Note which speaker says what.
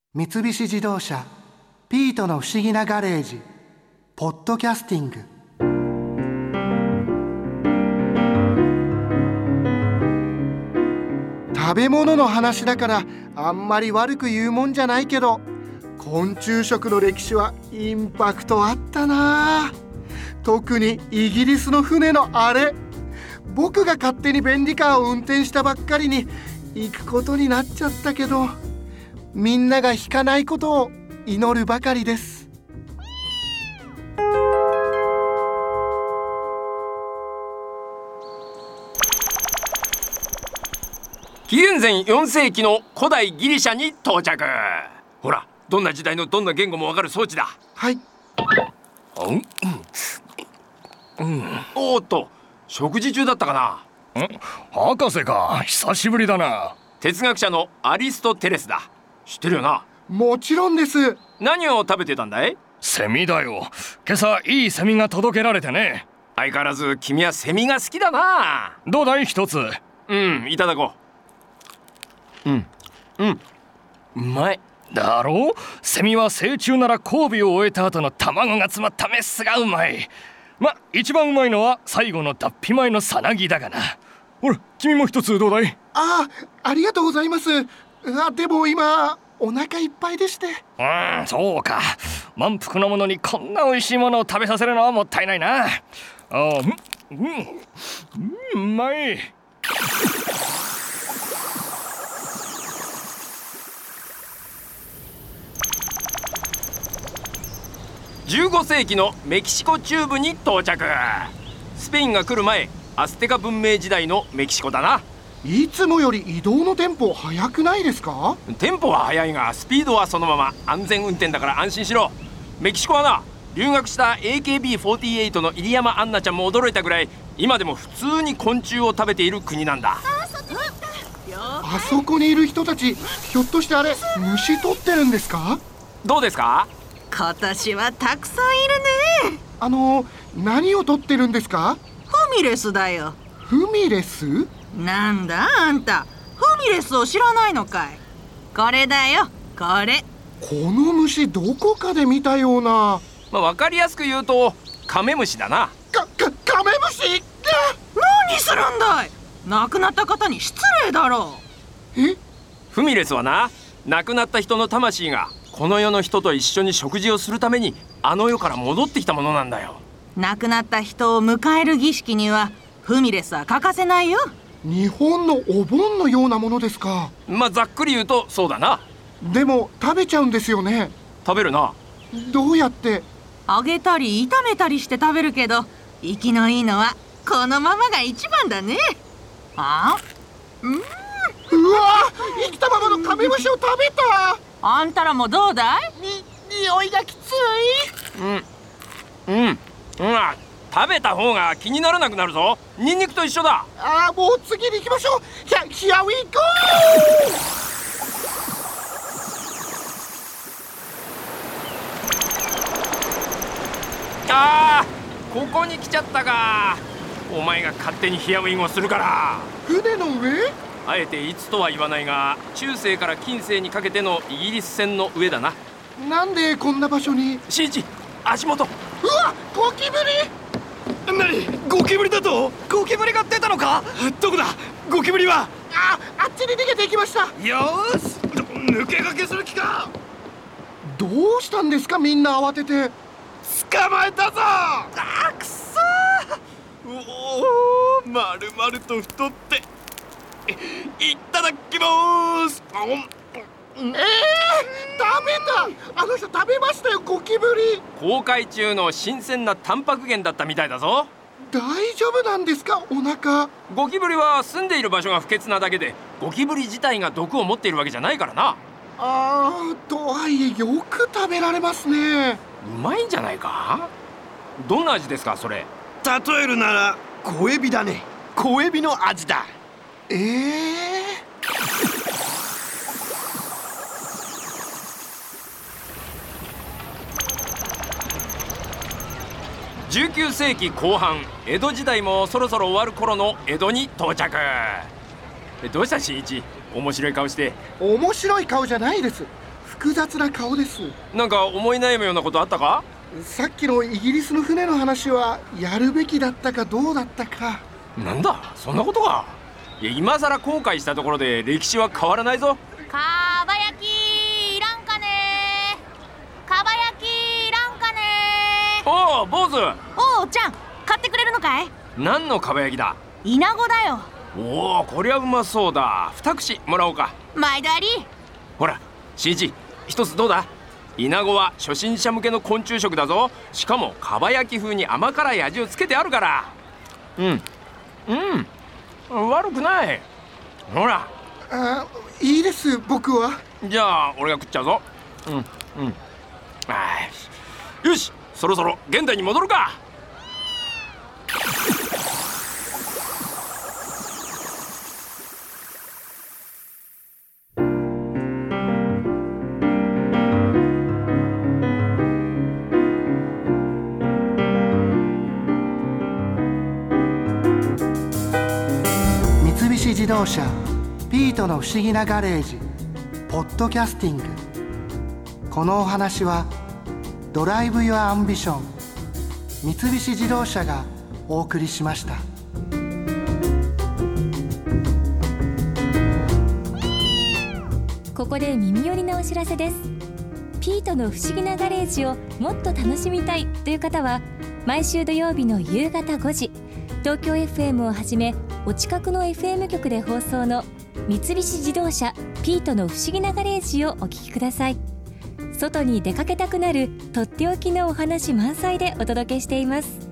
Speaker 1: 三菱自動車ピートの不思議なガレージポッドキャスティング。食べ物の話だからあんまり悪く言うもんじゃないけど、昆虫食の歴史はインパクトあったな。特にイギリスの船のあれ、僕が勝手に便利カーを運転したばっかりに行くことになっちゃったけど、みんなが引かないことを祈るばかりです。
Speaker 2: 紀元前4世紀の古代ギリシャに到着。ほら、どんな時代のどんな言語もわかる装置だ。
Speaker 1: はい。
Speaker 2: おーっと、食事中だったかな。
Speaker 3: 博士か、久しぶりだな。
Speaker 2: 哲学者のアリストテレスだ。知ってるよな。
Speaker 1: もちろんです。
Speaker 2: 何を食べてたんだい？
Speaker 3: セミだよ。今朝いいセミが届けられてね。
Speaker 2: 相変わらず君はセミが好きだな。
Speaker 3: どうだい、一つ。
Speaker 2: いただこう。うまい
Speaker 3: だろう。セミは成虫なら交尾を終えた後の卵が詰まったメスがうまい。一番うまいのは最後の脱皮前のさなぎだがな。ほら、君も一つどうだい？
Speaker 1: ありがとうございます。でも今お腹いっぱいでして。
Speaker 3: そうか。満腹のものにこんな美味しいものを食べさせるのはもったいないな。うまい。
Speaker 2: 15世紀のメキシコ中部に到着。スペインが来る前、アステカ文明時代のメキシコだな。
Speaker 1: いつもより移動のテンポ速くないですか？
Speaker 2: テンポは速いがスピードはそのまま。安全運転だから安心しろ。メキシコはな、留学した AKB48 の入山杏奈ちゃんも驚いたぐらい、今でも普通に昆虫を食べている国なんだ。
Speaker 1: あそこにいる人たち、ひょっとしてあれ虫取ってるんですか？
Speaker 2: どうですか？
Speaker 4: 今年はたくさんいるね。
Speaker 1: 何を取ってるんですか？
Speaker 4: フミレスだよ。
Speaker 1: フミレス？
Speaker 4: なんだあんた、フミレスを知らないのかい？これだよ、これ。
Speaker 1: この虫どこかで見たような。
Speaker 2: 分かりやすく言うとカメムシだな。
Speaker 1: カメムシ？
Speaker 4: 何するんだい。亡くなった方に失礼だろう。
Speaker 2: フミレスはな、亡くなった人の魂がこの世の人と一緒に食事をするためにあの世から戻ってきたものなんだよ。
Speaker 4: 亡くなった人を迎える儀式にはフミレスは欠かせないよ。
Speaker 1: 日本のお盆のようなものですか？
Speaker 2: ざっくり言うとそうだな。
Speaker 1: でも食べちゃうんですよね？
Speaker 2: 食べるな。
Speaker 1: どうやって？
Speaker 4: 揚げたり炒めたりして食べるけど、生きのいいのはこのままが一番だね。うわ、
Speaker 1: 生きたままのカメムシを食べた。
Speaker 4: あんたらもどうだい？
Speaker 1: 匂いがきつい。
Speaker 2: 食べた方が気にならなくなるぞ。ニンニクと一緒だ。
Speaker 1: もう次に行きましょう。Here we go。
Speaker 2: ここに来ちゃったか。お前が勝手にヒアウィンをするから。
Speaker 1: 船の上？
Speaker 2: あえていつとは言わないが、中世から近世にかけてのイギリス船の上だな。
Speaker 1: なんでこんな場所に？
Speaker 2: シーチ、足元。
Speaker 1: ゴキブリ？
Speaker 3: 何？ゴキブリだと？ゴキブリが出たのか？どこだ？ゴキブリは？
Speaker 1: あっちに逃げていきました。
Speaker 3: よーし、抜け駆けする気か？
Speaker 1: どうしたんですか、みんな慌てて。
Speaker 3: 捕まえたぞ！
Speaker 2: くそー。丸々と太っていただきまーす。
Speaker 1: 食べた。あの人食べましたよ、ゴキブリ。
Speaker 2: 航海中の新鮮なタンパク源だったみたいだぞ。
Speaker 1: 大丈夫なんですか、お腹？
Speaker 2: ゴキブリは住んでいる場所が不潔なだけで、ゴキブリ自体が毒を持っているわけじゃないからな。
Speaker 1: とはいえよく食べられますね。
Speaker 2: うまいんじゃないか。どんな味ですか、それ？
Speaker 5: 例えるなら小エビだね。小エビの味だ。
Speaker 2: 19世紀後半、江戸時代もそろそろ終わる頃の江戸に到着。どうしたしんいち、面白い顔して。
Speaker 1: 面白い顔じゃないです。 複雑な顔です。
Speaker 2: なんか思い悩むようなことあったか？
Speaker 1: さっきのイギリスの船の話はやるべきだったかどうだったか。
Speaker 2: なんだそんなことか。いや今さら後悔したところで歴史は変わらないぞ。
Speaker 4: かば焼きいらんかね。かば焼きいらんかね。
Speaker 2: おお坊主。
Speaker 4: おうちゃん買ってくれるのかい？
Speaker 2: 何のかば焼きだ？
Speaker 4: イナゴだよ。
Speaker 2: おおこりゃうまそうだ。2串もらおうか。
Speaker 4: 毎度あり。
Speaker 2: ほらしんいち一つどうだ？イナゴは初心者向けの昆虫食だぞ。しかもかば焼き風に甘辛い味をつけてあるから。悪くない。ほら。
Speaker 1: いいです僕は。
Speaker 2: じゃあ俺が食っちゃうぞ。よしそろそろ現代に戻るか。
Speaker 1: 三菱自動車ピートの不思議なガレージポッドキャスティング。このお話はドライブ・ユア・アンビション三菱自動車がお送りしました。
Speaker 6: ここで耳寄りなお知らせです。ピートの不思議なガレージをもっと楽しみたいという方は毎週土曜日の夕方5時東京 FM をはじめお近くの FM 局で放送の三菱自動車ピートの不思議なガレージをお聞きください。外に出かけたくなるとっておきのお話満載でお届けしています。